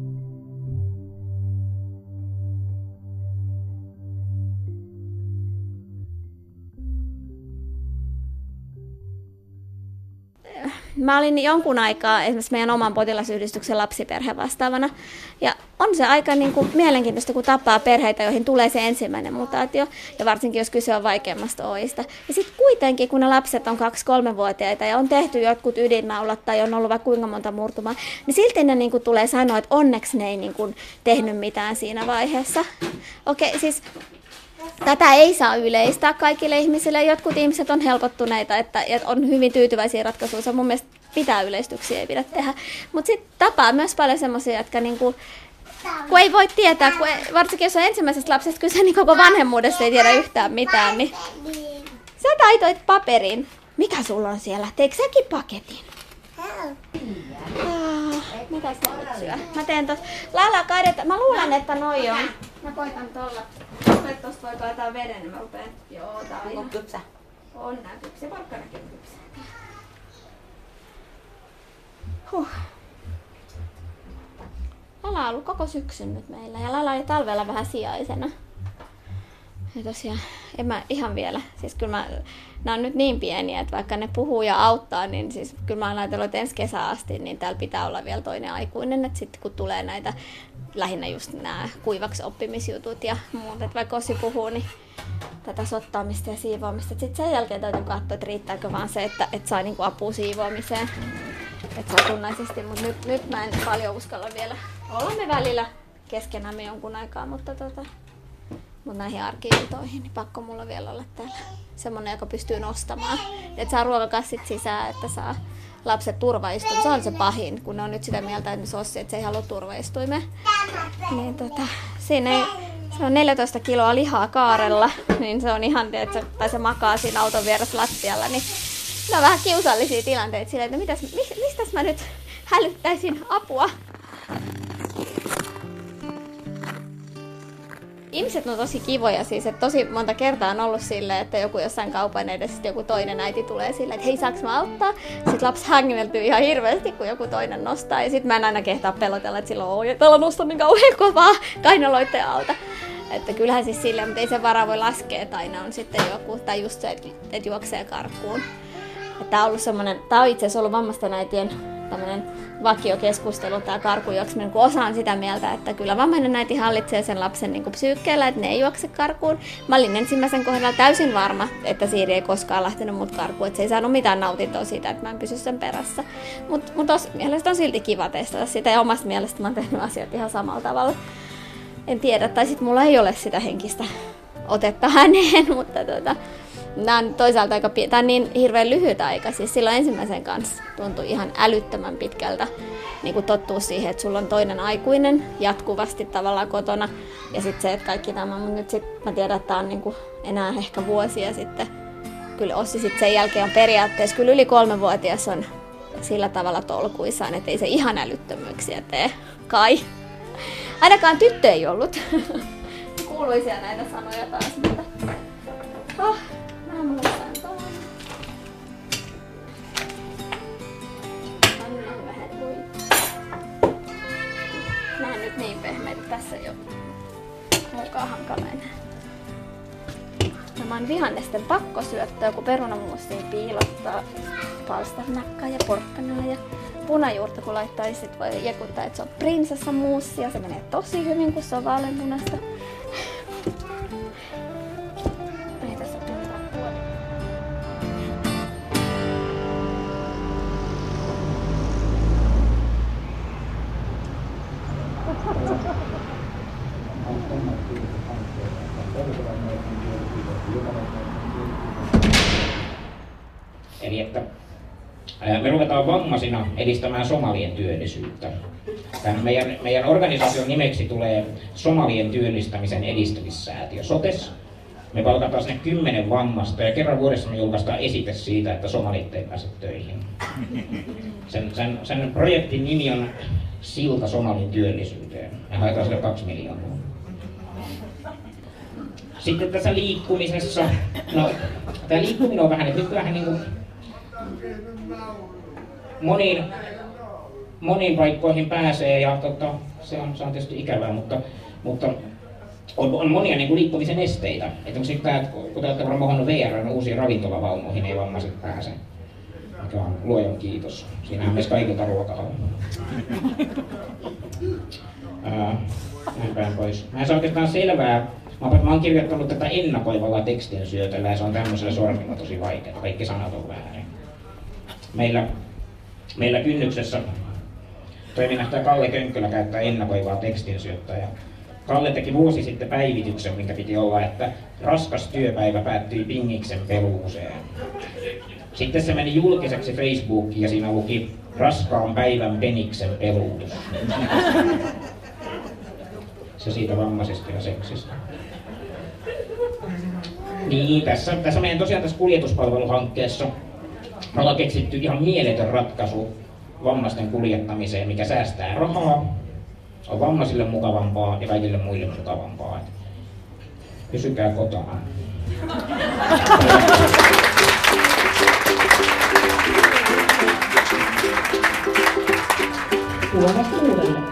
Mä olin jonkun aikaa esimerkiksi meidän oman potilasyhdistyksen lapsiperhevastaavana. Ja on se aika niin kuin mielenkiintoista, kun tapaa perheitä, joihin tulee se ensimmäinen mutaatio. Ja varsinkin, jos kyse on vaikeimmasta oista. Ja sitten kuitenkin, kun ne lapset on kaksi-kolmevuotiaita ja on tehty jotkut ydinaulat tai on ollut vaikka kuinka monta murtumaa, niin silti ne niin kuin tulee sanoa, että onneksi ne ei niin kuin tehnyt mitään siinä vaiheessa. Okei, siis... Tätä ei saa yleistää kaikille ihmisille. Jotkut ihmiset on helpottuneita, että on hyvin tyytyväisiä ratkaisuja. Mun mielestä pitää yleistyksiä, ei pidä tehdä. Mutta sitten tapaa myös paljon semmoisia, jotka niinku, kun ei voi tietää, kun ei, varsinkin jos on ensimmäisestä lapsesta kyse, niin koko vanhemmuudessa ei tiedä yhtään mitään. Niin sä taitoit paperin. Mikä sulla on siellä? Teikö säkin paketin? Ah, mitäs mä nyt syö? Mä teen tos... Lala, kaideta. Mä luulen, että noi on. Mä koitan tolla. Nyt tosta voi kaataa veden, niin mä rupeen. Joo, tää on ihan kypsä. On nää kypsä. Porkkanakin on kypsä. Huh. Lala on ollut koko syksyn nyt meillä. Ja Lala oli talvella vähän sijaisena. Ja tosiaan, en mä ihan vielä. Siis kyllä mä, nää on nyt niin pieniä, että vaikka ne puhuu ja auttaa, niin siis kyllä mä oon ajatellut, että ensi kesä asti, niin täällä pitää olla vielä toinen aikuinen. Että sitten kun tulee näitä, lähinnä just nämä kuivaksi oppimisjutut ja muut, että vaikka Ossi puhuu, niin tätä sottaamista ja siivoamista. Sitten sen jälkeen täytyy katsoa, että riittääkö vaan se, että, että saa niinku apua siivoamiseen. Että satunnaisesti, mutta nyt, nyt mä en paljon uskalla vielä. Ollaan me välillä keskenämme jonkun aikaa, mutta tota... Mutta näihin arki-iltoihin, niin pakko mulla vielä olla täällä semmonen, joka pystyy nostamaan. Että saa ruokakassit sisään, että saa lapset turvaistuimen. Se on se pahin, kun ne on nyt sitä mieltä, että Ossi, että se ei halua turvaistuimeen. Niin tota, siinä ei se on neljätoista kiloa lihaa kaarella, niin se on ihan, että tai se makaa siinä auton vieressä lattialla, niin ne on vähän kiusallisia tilanteita silleen, että mitäs, mistäs mä nyt hälyttäisin apua. Ihmiset on tosi kivoja siis, että tosi monta kertaa on ollut silleen, että joku jossain kaupan edessä joku toinen äiti tulee silleen, että hei, saaks mä auttaa? Sitten lapsi hängmeltyy ihan hirveästi, kun joku toinen nostaa. Ja sit mä en aina kehtaa pelotella, että silloin oi, täällä nostan niin kauhean kovaa kainaloitten alta. Että kyllähän siis silleen, mutta ei sen varaa voi laskea, että aina on sitten joku, tai just se, että juoksee karkuun. Tää on ollut semmonen, tää on itse asiassa ollut vammaisten äitien tämmönen vakiokeskustelu, tää karkujuokseminen, kun osa on sitä mieltä, että kyllä vammainen äiti hallitsee sen lapsen niin kuin psyykkeellä, että ne ei juokse karkuun. Mä olin ensimmäisen kohdalla täysin varma, että Siiri ei koskaan lähtenyt mut karkuun, että se ei saanut mitään nautintoa siitä, että mä en pysy sen perässä. Mut, mut os, mielestä on silti kiva testata sitä, ja omasta mielestä mä oon tehnyt asiat ihan samalla tavalla. En tiedä, tai sit mulla ei ole sitä henkistä otetta häneen, mutta tota, Nämä on toisaalta aika pie- Tämä on niin hirveän lyhyt aika. Siis silloin ensimmäisen kanssa tuntui ihan älyttömän pitkältä niin kuin tottua siihen, että sulla on toinen aikuinen jatkuvasti tavallaan kotona. Ja sitten se, että kaikki tämä, mutta nyt sit mä tiedän, että tämä on niin kuin enää ehkä vuosia sitten. Kyllä Ossi sitten sen jälkeen on periaatteessa, kyllä yli kolmevuotias on sillä tavalla tolkuissaan, että ei se ihan älyttömyyksiä tee. Kai. Ainakaan tyttö ei ollut. Kuuluisia näitä sanoja taas, mutta... Oh. Mä muistan tuon. Annan vähän voita. Nää on nyt niin pehmeitä tässä jo. Olkaa hankala enää. Tämä on vihannesten pakkosyöttöä, kun perunamuussiin piilottaa palsternakkaa ja porkkanaa ja punajuurta, kun laittaa, sit voi jekuttaa, että se on prinsessamuussia. Se menee tosi hyvin, kun se on vaaleanpunasta. Eli että me ruvetaan vammaisina edistämään somalien työllisyyttä. Tämän meidän, meidän organisaation nimeksi tulee Somalien työllistämisen edistämissäätiö, SOTES. Me palkataan sinne kymmenen vammasta ja kerran vuodessa me julkaistaan esite siitä, että somalit ei pääse töihin. Sen, sen, sen projektin nimi on Silta Somalin työllisyyteen. Me haetaan sille kaksi miljoonaa. Sitten tässä liikkumisessa, no tämä liikkuminen on vähän, että nyt vähän niin kuin moniin, moniin paikkoihin pääsee ja tota, se, on, se on tietysti ikävää, mutta, mutta on, on monia niin kuin liikkumisen esteitä. Esimerkiksi tämä, kun te olette varmaan huomannut V R:n uusiin ravintolavaunuihin, ei vammaiset pääse. Mikä on luojan kiitos. Siinähän meistä kaikilta ruokaa on. Näin päin pois. Mä en saa oikeastaan selvää. Mä oon kirjoittanut tätä ennakoivalla tekstin syötöllä ja se on tämmöisellä sormilla tosi vaikeaa. Kaikki sanat on väärin. Meillä, meillä Kynnyksessä toiminnanjohtaja Kalle Könkkölä käyttää ennakoivaa tekstinsyöttöä. Ja Kalle teki vuosi sitten päivityksen, minkä piti olla, että raskas työpäivä päättyi pingiksen peluuseen. Sitten se meni julkiseksi Facebookiin ja siinä luki raskaan päivän peniksen peluus. Se siitä vammaisesta ja seksistä. Niin, tässä, tässä meidän tosiaan tässä kuljetuspalveluhankkeessa me ollaan keksitty ihan mieletön ratkaisu vammaisten kuljettamiseen, mikä säästää rahaa, on vammaisille mukavampaa ja kaikille muille mukavampaa. Pysykää kotona. Huomasta uudelleen.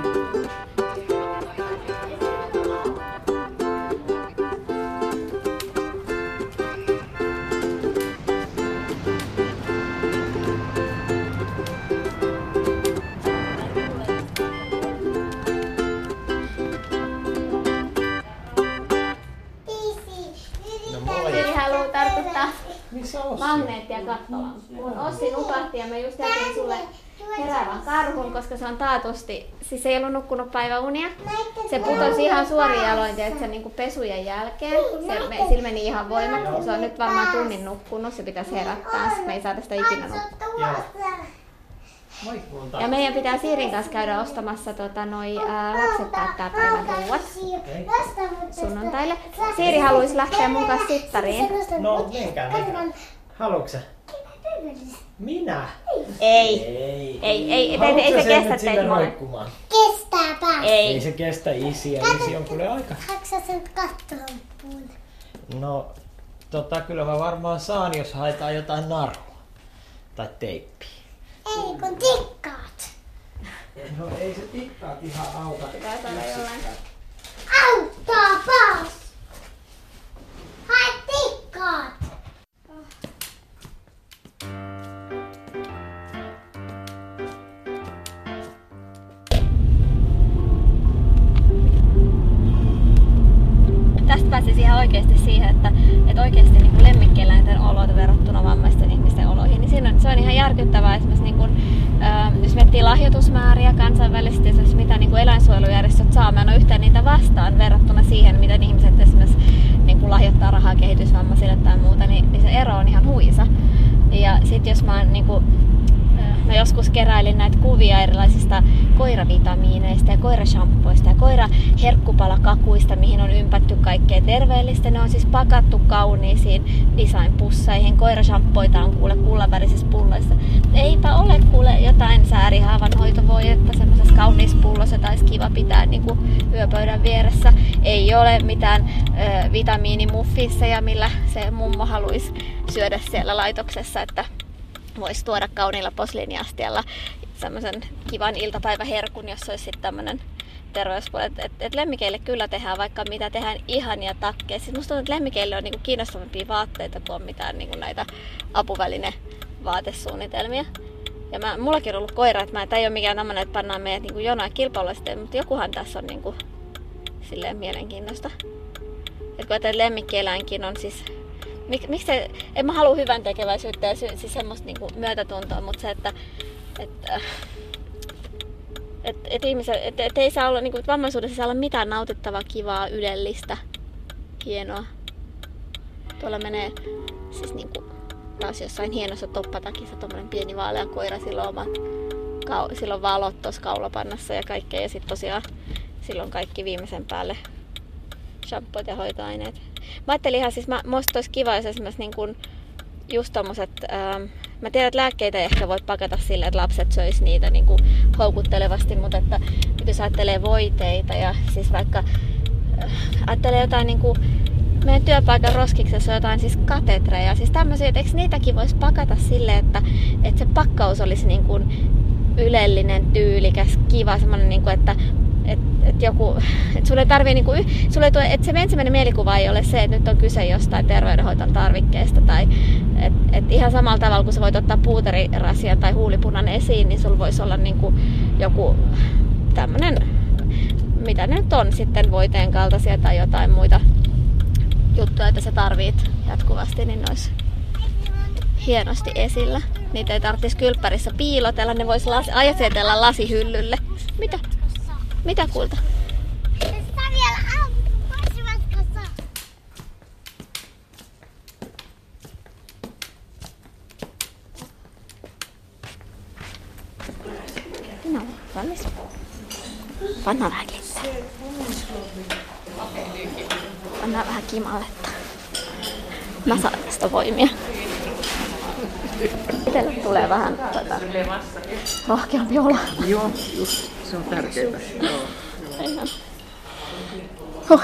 Magneetti ja kattolamppu. Ossi nukahti ja mä just jätin sulle heräävän karhun, koska se on taatusti, siis ei ollut nukkunut päiväunia. Se putosi ihan suorin jaloin, että se niinku pesujen jälkeen. Se, me, sillä meni ihan voimat. Se on nyt varmaan tunnin nukkunut, se pitäisi herättää. Me ei saada sitä ikinä nukkua. Moi kulta. Ja meidän pitää Siirin kanssa käydä ostamassa tota, noi ää, lapset päättää päivän ruuat sunnuntaille. Siiri haluaisi lähteä mun kanssa sittariin. No, menkää, menkää. Haluatko sä? Minä? Ei. Ei. Ei, ei, Haluatko ei, ei se sen kestä nyt sinne teitä molemmat. roikkumaan? Kestääpä. Ei. Ei se kestä isiä. Isi on kyllä aika. Haluatko sen kattolampuun? No, tota kyllä mä varmaan saan, jos haetaan jotain narua. Tai teippiä. Ei, kun tikkaat. No ei se tikkaat ihan auta. Pitää saada jollain. Auttaa paus. Hae tikkaat. Tästä pääsisi ihan oikeasti siihen, että, että oikeasti niin kuin lemmikkieläinten olot verrattuna vammaisten ihmisten oloihin, niin siinä on, se on ihan järkyttävää. Esimerkiksi niin kuin, äh, jos miettii lahjoitusmääriä kansainvälisesti, esimerkiksi mitä niin kuin eläinsuojelujärjestöt saa, mä en ole yhtään niitä vastaan verrattuna siihen, miten ihmiset esimerkiksi niin kuin lahjoittaa rahaa kehitysvammaisille tai muuta, niin, niin se ero on ihan huisa. Ja sitten jos mä oon niin kuin, Mä joskus keräilin näitä kuvia erilaisista koiravitamiineista ja koirashampoista ja koiraherkkupalakakuista, mihin on ympätty kaikkea terveellistä. Ne on siis pakattu kauniisiin design-pusseihin. Koirashampoita on kuule kullanvärisissä pulloissa. Eipä ole kuule jotain säärihaavan hoitovoidetta semmoisessa kauniissa pullossa, jota olisi kiva pitää niin kuin yöpöydän vieressä. Ei ole mitään ö, vitamiinimuffinsseja, millä se mummo haluaisi syödä siellä laitoksessa, että voisi tuoda kauniilla posliiniastialla semmoisen kivan iltapäiväherkun, jossa olisi sitten tämmöinen terveyspuoli. Että et, et lemmikeille kyllä tehdään vaikka mitä, tehdään ihania takkeja. Siis musta tuntuu, että lemmikeille on niinku kiinnostavampia vaatteita kuin on mitään niinku näitä apuväline-vaatesuunnitelmia. Ja mä, mullakin on ollut koira, että mä, tämä ei ole mikään tämmöinen, että pannaan meidät niinku jonain kilpailuisesti, mutta jokuhan tässä on niinku silleen mielenkiinnosta. Että kun lemmikkieläinkin on siis... Mik, miksi se, en mä halua hyvän tekeväisyyttä ja sy, siis semmoista niinku myötätuntoa, mutta se, että et, et, et ihmiset, et, et ei saa olla, niinku, vammaisuudessa ei saa olla mitään nautittavaa, kivaa, ylellistä, hienoa. Tuolla menee siis niinku, taas jossain hienossa toppatakissa tommonen pieni vaalea koira, sillä on omat, sillä on valot tossa kaulapannassa ja kaikkea, ja sit tosiaan silloin kaikki viimeisen päälle shampoot ja hoitoaineet. Mä ajattelin ihan siis, mä, musta olisi kiva, jos esimerkiksi niin kun just tommoset, ähm, mä tiedän, että lääkkeitä ei ehkä voi pakata silleen, että lapset söis niitä niin kuin houkuttelevasti, mutta että jos ajattelee voiteita ja siis vaikka äh, ajattelee jotain niin kuin meidän työpaikan roskiksessa on jotain siis katetreja, siis tämmöisiä, että eikö niitäkin voisi pakata silleen, että, että se pakkaus olisi niin kuin ylellinen, tyylikäs, kiva, semmoinen, niin kuin, että Että et joku, et sulle ei tarvii niinku, sulle ei tule, et se ensimmäinen mielikuva ei ole se, että nyt on kyse jostain terveydenhoiton tarvikkeesta tai et, et ihan samalla tavalla kun sä voit ottaa puuterirasian tai huulipunan esiin, niin sulla voisi olla niinku joku tämmönen, mitä ne nyt on sitten voiteen kaltaisia tai jotain muita juttuja, että sä tarvit jatkuvasti, niin ne olisi hienosti esillä. Niitä ei tarvitsisi kylppärissä piilotella, ne vois las, asetella lasihyllylle. Mitä? Mitä kulta? Sitä vielä auki, voisivatko saa? No, valmis. Pannaan vähän lisää. Pannaan vähän kimaletta. Mä saan tästä voimia. Itelle tulee vähän tota, rohkeampi olo. Joo, just. Se on tärkeää. Joo. Huh.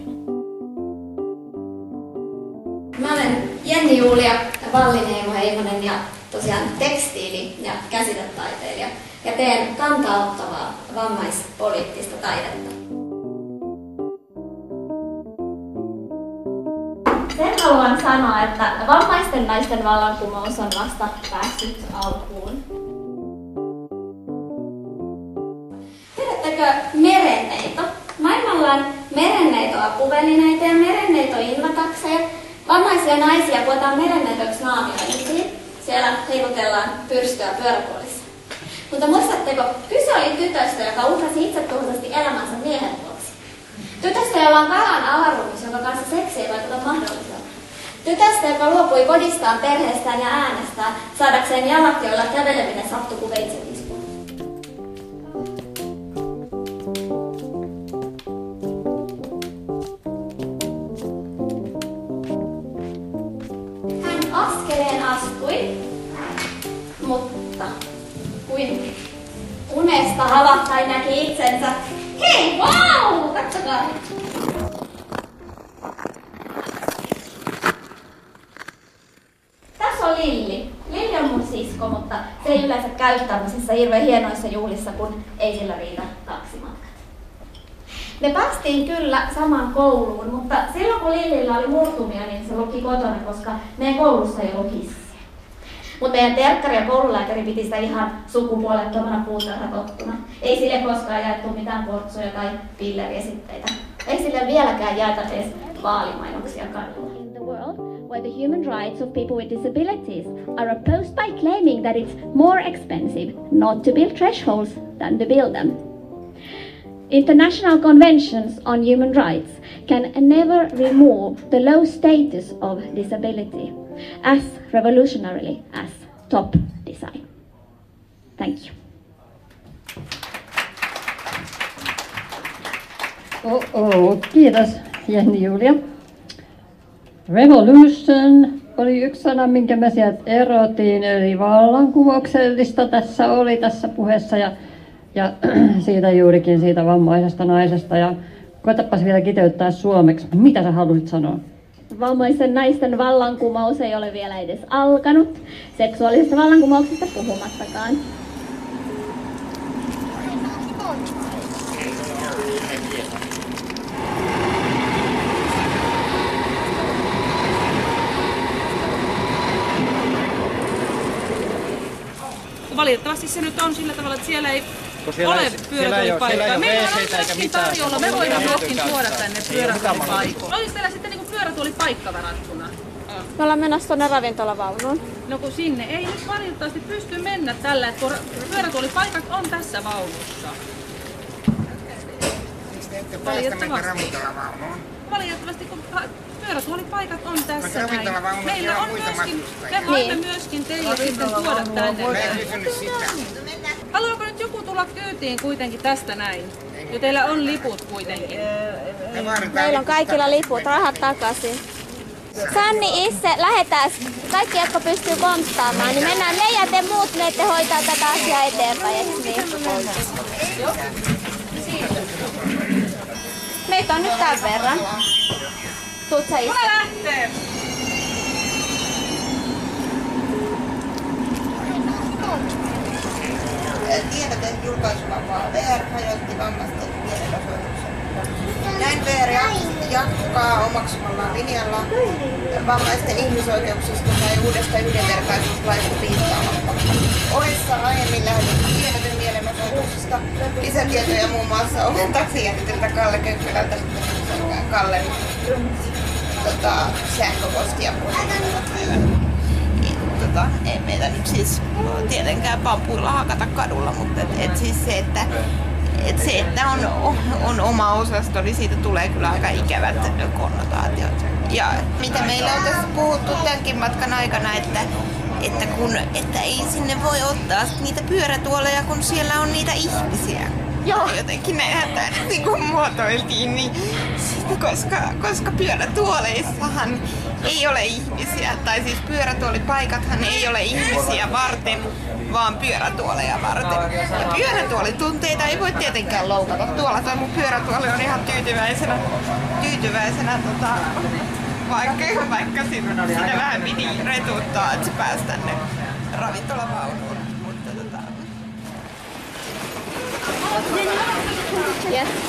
Mä olen Jenni Julia Vallinheimo Heimonen ja tosiaan tekstiili- ja käsitetaiteilija ja teen kantauttavaa vammaispoliittista taidetta. Sen haluan sanoa, että vammaisten naisten vallankumous on vasta päässyt alkuun. Tiedättekö merenneito? Maailmalla on merenneitoapuvälineitä ja merenneitoinvatakseja. Vammaisia naisia puetaan merenneitoiksi naamioisiin. Siellä heilutellaan pyrstöä pyöräpuolissa. Mutta muistatteko, kyse oli tytöstä, joka uhrasi itsetuhoisesti elämänsä miehen vuoksi. Tytöstä, jolla on kalan avaruus, jonka kanssa seksi ei vaikuta mahdolliselta. Tytöstä, joka luopui kodistaan, perheestään ja äänestään, saadakseen jalat, joilla käveleminen sattui kuin veitsetisku. kuin unesta havahtain näki itsensä. Hei, vau! Katsokaa! Tässä on Lilli. Lilli on mun sisko, mutta se ei yleensä käy tämmöisissä hirveän hienoissa juhlissa, kun ei sillä riitä taksimatkat. Me päästiin kyllä samaan kouluun, mutta silloin kun Lillillä oli murtumia, niin se luki kotona, koska meidän koulussa ei ollut hissiä. Mutta meidän terkkari ja koululääkäri piti sitä ihan sukupuolettomana puutarhatottuna. Ei sille koskaan jaettu mitään portsuja tai pilleriesitteitä. Ei sille vieläkään jaeta edes vaalimainoksia kadulla. In the world where the human rights of people with disabilities are opposed by claiming that it's more expensive not to build thresholds than to build them. International conventions on human rights can never remove the low status of disability as revolutionarily as top design. Thank you. Oh, oh, kiitos Jenni Julia. Revolution oli yksi sana, minkä me sieltä erotiin, eli vallankumouksellista tässä oli tässä puheessa ja, ja siitä juurikin siitä vammaisesta naisesta. Ja koetapas vielä kiteyttää suomeksi, mitä sä halusit sanoa? Vammaisten naisten vallankumous ei ole vielä edes alkanut, seksuaalisesta vallankumouksesta puhumattakaan. Valitettavasti se nyt on sillä tavalla, että siellä ei ole pyörätuolipaikkaa. Meillä on myöskin tarjolla, me voidaan myöskin tuoda tänne pyörätuolipaikkoja. Olisi teillä sitten niinku pyörätuolipaikka varattuna? Me ollaan menossa tuonne ravintolavaunuun. No kun sinne ei nyt valitettavasti pysty mennä tällä, että pyörätuolipaikat on tässä vaunussa. Miksi te ette päästä mennä ravintolavaunuun? Valitettavasti kun pyörätuolipaikat on tässä näin. Meillä on on myöskin, me voimme Niin. myöskin teille sitten tuoda tänne. Mä en kysynyt sitä. Haluaako nyt joku tulla kyytiin kuitenkin tästä näin? Jo teillä on liput kuitenkin. Me vaaditaan Meillä on kaikilla liput, rahat takaisin. Sanni, Isse, lähetään kaikki, jotka pystyy konttaamaan, niin mennään me ja te muut menette hoitaa tätä asiaa eteenpäin, eikö niin? Meitä on nyt tämän verran. Tuut sä Isse? Kuka lähtee? Tiedote julkaisuvapaa. V R hajotti vammaisten mielenosoituksen. Näin V R jatkaa omaksumallaan linjalla vammaisten ihmisoikeuksista tai uudesta yhdenvertaisuuslaista piittaamatta. Ohessa aiemmin lähetetty tiedote mielenosoituksista. Lisätietoja muun muassa oven taksijättiltä Kalle Könkkölältä Kallen tota, sähköpostia puhelimella. Tota, ei meitä nyt siis tietenkään pampuilla hakata kadulla, mutta et, et siis se, että, et se, että on, on oma osasto, niin siitä tulee kyllä aika ikävät konnotaatiot. Ja mitä meillä on tässä puhuttu tämänkin matkan aikana, että, että, kun, että ei sinne voi ottaa niitä pyörätuoleja, kun siellä on niitä ihmisiä. Joo. Jotenkin näinhän tämä nyt niin muotoiltiin, niin, koska, koska pyörätuoleissahan ei ole ihmisiä, tai siis pyörätuolipaikathan ei ole ihmisiä varten, vaan pyörätuoleja varten. Ja pyörätuolitunteita ei voi tietenkään loukata. Tuolla toi mun pyörätuoli on ihan tyytyväisenä, tyytyväisenä tota, vaikka, vaikka sinne, sinne vähän piti retuuttaa, että se pääsi tänne ravintolavaunuun. Mutta tota... Yes.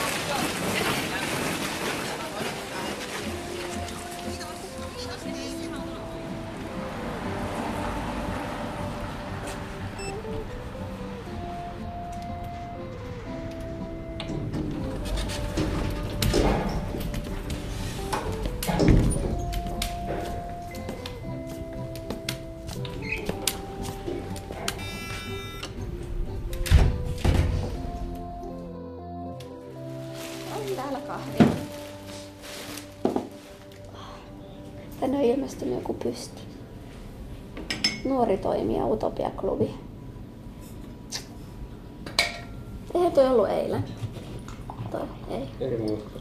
Täällä kahvia. Tänne on ilmestynyt joku pysti. Nuori toimija, Utopia-klubi. Eihän toi ollut eilen. Toi, ei. Ei muista.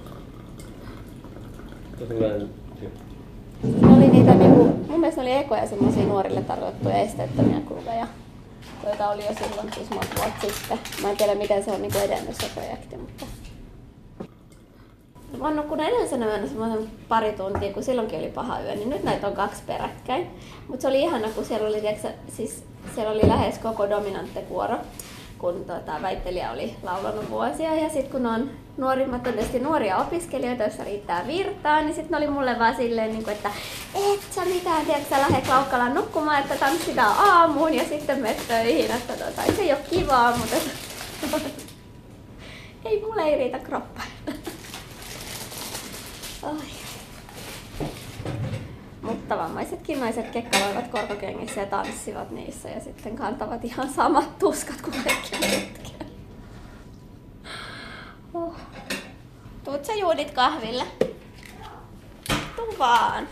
Jotenkin Ne oli niitä niinku, mun mielestä ne oli ekoja semmosia nuorille tarjottuja esteettömiä klubeja. joita oli jo silloin siis monta vuotta sitten. Mä en tiedä, miten se on niin kuin edennyt se projekti, mutta... Mä oon nukkunut edellisenä yönä semmoisen pari tuntia, kun silloinkin oli paha yö, niin nyt näitä on kaksi peräkkäin. Mutta se oli ihana, kun siellä oli, tiiäksä, siis siellä oli lähes koko Dominante-kuoro, kun tota, väittelijä oli laulanut vuosia. Ja sitten kun on nuorimmat on tietysti nuoria opiskelijoita, joissa riittää virtaa, niin sitten oli mulle vaan silleen, niin kuin, että et sä mitään, tiedätkö, sä lähdet Klaukkalaan nukkumaan, että tanssitaan aamuun ja sitten menet töihin. Että tota, se ei ole kivaa, mutta ei, mulle ei riitä kroppa. Ai. Mutta vammaisetkin naiset kekkaloivat korkokengissä ja tanssivat niissä ja sitten kantavat ihan samat tuskat kuin kaikki muutkin. Oh. Tuut sä Juudit kahville? Tuu vaan.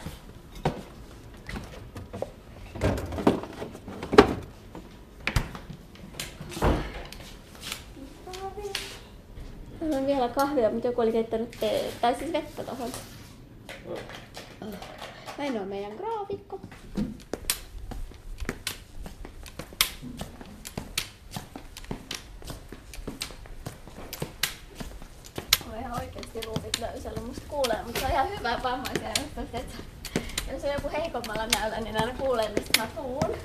Täällä on vielä kahvia, mutta joku oli keittänyt tee, tai siis vettä tohon. Näin on meidän graafikko. On ihan oikeesti ruuvit löysällä, musta kuulee, mutta se on ihan hyvä vammaisjärjestö, että jos on joku heikommalla näöllä, niin aina kuulee, mistä mä tuun.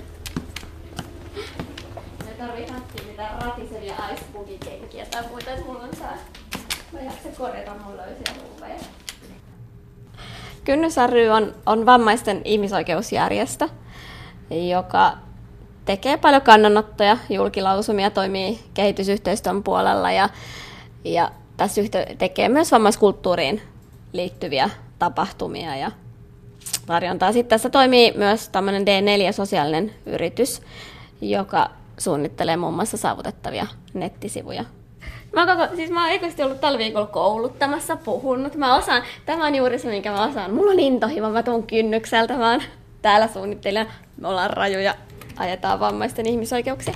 Ei tarvii hankkia mitään ratisevia icebugi-kenkiä tai muita, että mulla on saa. Mä jaksa korjata mun löysiä ruuveja. Kynnys ry on, on vammaisten ihmisoikeusjärjestö, joka tekee paljon kannanottoja, julkilausumia, toimii kehitysyhteistyön puolella ja, ja tässä yhte- tekee myös vammaiskulttuuriin liittyviä tapahtumia ja tarjontaa. Sitten tässä toimii myös tämmöinen D neljä sosiaalinen yritys, joka suunnittelee muun muassa saavutettavia nettisivuja. Mä, koko, siis mä oon eikoisesti ollut tällä viikolla kouluttamassa, puhunut. Mä osaan, tämä on juuri se, minkä mä osaan. Mulla on intohimo, mä tuun Kynnykseltä, mä oon täällä suunnittelijan. Me ollaan rajuja, ajetaan vammaisten ihmisoikeuksia.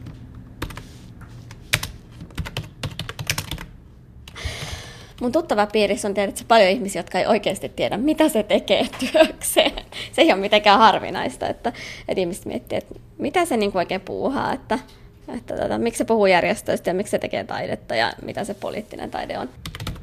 Mun tuttava piirissä on tiedätkö, paljon ihmisiä, jotka ei oikeasti tiedä, mitä se tekee työkseen. Se ei ole mitenkään harvinaista, että, että ihmiset miettii, että mitä se niin kuin oikein puuhaa, että, että tota, miksi se puhuu järjestöistä ja miksi se tekee taidetta ja mitä se poliittinen taide on.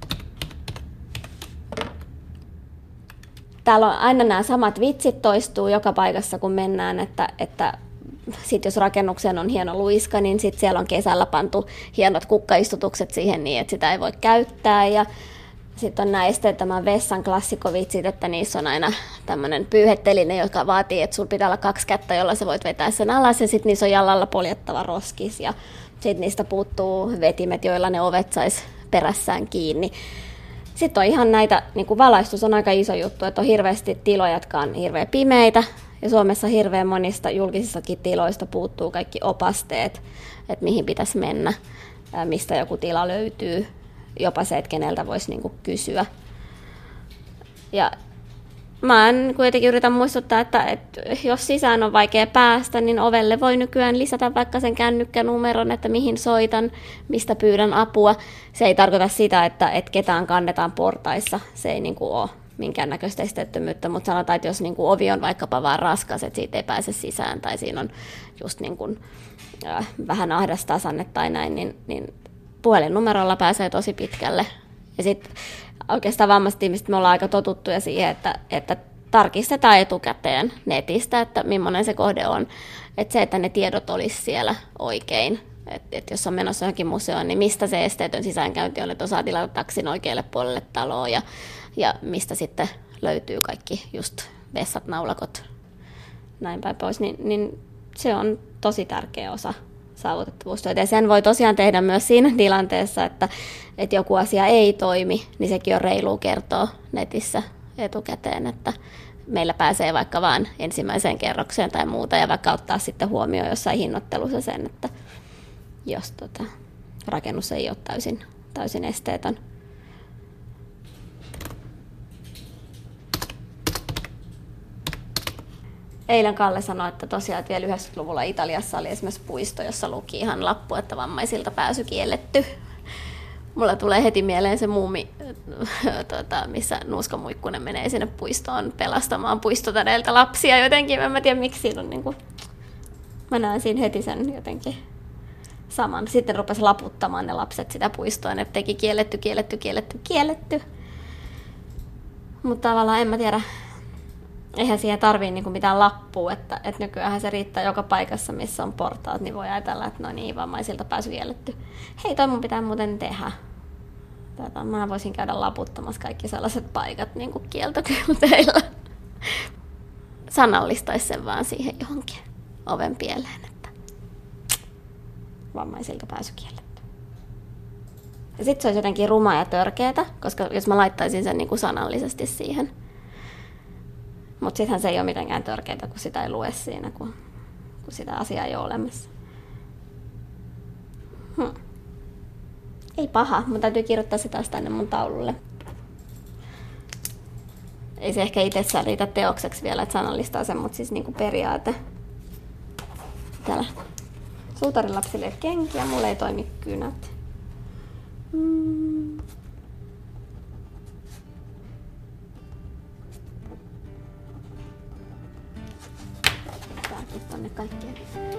Täällä on aina nämä samat vitsit toistuu joka paikassa, kun mennään, että, että sit jos rakennukseen on hieno luiska, niin sit siellä on kesällä pantu hienot kukkaistutukset siihen niin, että sitä ei voi käyttää. Ja sitten on nämä esteettömän vessan klassikkovitsit, että niissä on aina tämmöinen pyyhetteline, joka vaatii, että sulla pitää olla kaksi kättä, jolla sä voit vetää sen alas. Ja sitten niissä on jalalla poljettava roskis ja sitten niistä puuttuu vetimet, joilla ne ovet sais perässään kiinni. Sitten on ihan näitä, niin kuin valaistus on aika iso juttu, että on hirveästi tiloja, jotka on hirveän pimeitä. Ja Suomessa hirveän monista julkisistakin tiloista puuttuu kaikki opasteet, että mihin pitäisi mennä, mistä joku tila löytyy, jopa se, että keneltä voisi niinku kysyä. Ja mä kuitenkin yritän muistuttaa, että, että jos sisään on vaikea päästä, niin ovelle voi nykyään lisätä vaikka sen kännykkänumeron, että mihin soitan, mistä pyydän apua. Se ei tarkoita sitä, että, että ketään kannetaan portaissa, se ei niinku ole minkäännäköistä esteettömyyttä, mutta sanotaan, että jos niin kuin ovi on vaikkapa vaan raskas, että siitä ei pääse sisään tai siinä on just niin kuin, äh, vähän ahdastasanne tai näin, niin, niin puhelinnumerolla pääsee tosi pitkälle. Ja sitten oikeastaan vammaiset ihmiset me ollaan aika totuttuja siihen, että, että tarkistetaan etukäteen netistä, että millainen se kohde on. Että se, että ne tiedot olisi siellä oikein. Että et jos on menossa johonkin museoon, niin mistä se esteetön sisäänkäynti on, että osaa tilata taksin oikealle puolelle taloa ja ja mistä sitten löytyy kaikki just vessat, naulakot, näin päin pois, niin, niin se on tosi tärkeä osa saavutettavuustyötä. Ja sen voi tosiaan tehdä myös siinä tilanteessa, että, että joku asia ei toimi, niin sekin on reilua kertoa netissä etukäteen, että meillä pääsee vaikka vain ensimmäiseen kerrokseen tai muuta, ja vaikka ottaa sitten huomioon jossain hinnoittelussa sen, että jos tota, rakennus ei ole täysin, täysin esteetön. Eilen Kalle sanoi, että tosiaan että vielä yhdeksänkymmentäluvulla Italiassa oli esimerkiksi puisto, jossa luki ihan lappu, että vammaisilta pääsy kielletty. Mulla tulee heti mieleen se muumi, tuota, missä Nuuska Muikkunen menee sinne puistoon pelastamaan puistotädeiltä lapsia jotenkin. En mä tiedä, miksi siinä on niin kuin Mä näen siinä heti sen jotenkin saman. Sitten rupesi laputtamaan ne lapset sitä puistoa. Ne teki kielletty, kielletty, kielletty, kielletty. Mutta tavallaan en mä tiedä, eihän siihen tarvii niinku mitään lappua, että, että nykyään se riittää joka paikassa, missä on portaat, niin voi ajatella, että no niin, vammaisilta pääsy kielletty. Hei, toi mun pitää muuten tehdä. Tätä, mä voisin käydä laputtamassa kaikki sellaiset paikat niin kuin kieltokylteillä. Sanallistaisi sen vaan siihen johonkin oven pieleen, että vammaisilta pääsy kielletty. Ja sit se olisi jotenkin ruma ja törkeetä, koska jos mä laittaisin sen niin kuin sanallisesti siihen. Mutta sittenhän se ei ole mitenkään törkeetä, kun sitä ei lue siinä, kun, kun sitä asiaa ei ole olemassa. Hmm. Ei paha, mun täytyy kirjoittaa se taas tänne mun taululle. Ei se ehkä itsessään riitä teokseksi vielä, että sanallistaa sen, mutta siis niinku periaate. Täällä suutarin lapsille kenkiä, mulle ei toimi kynät. Hmm. Tääkin tonne kaikkeen.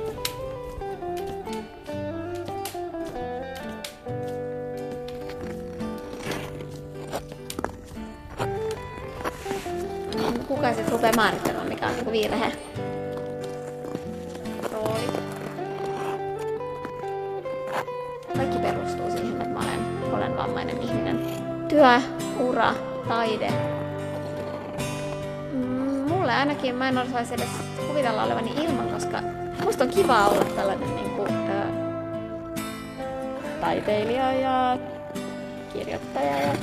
Kuka sitten rupeaa määrittelemään, mikä on niinku virhe? Toi. Kaikki perustuu siihen, että mä olen, olen vammainen ihminen. Työ, ura, taide. Mm, mulle ainakin mä en osaisi edes kuvitella olevani ilman, koska musta on kiva olla tällainen niinku, ää, taiteilija ja kirjoittaja. Ja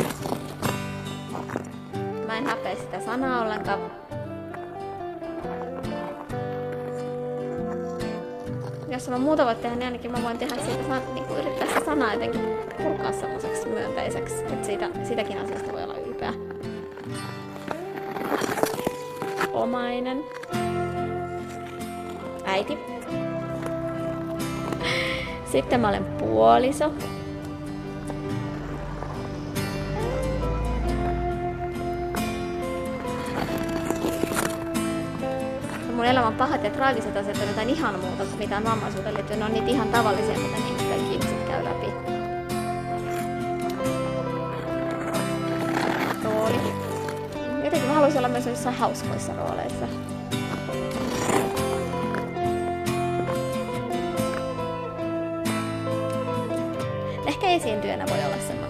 mä en häpeä sitä sanaa ollenkaan. Jos mä muuta voin tehdä, niin ainakin mä voin tehdä siitä, niin kuin yrittää sitä sanaa jotenkin purkaa semmoiseksi myönteiseksi. Että siitä, sitäkin asiasta voi olla ylpeä. Omainen. Äiti. Sitten mä olen puoliso. Mun elämän pahat ja traagiset asiat on jotain ihan muuta, mitä on vammaisuuteen liittyen. Ne on niitä ihan tavallisia, mitä niin kaikki ihmiset käy läpi. Rooli. Jotenkin mä haluaisin olla myös jossain hauskoissa rooleissa. Ehkä esiintyjänä voi olla semmoinen.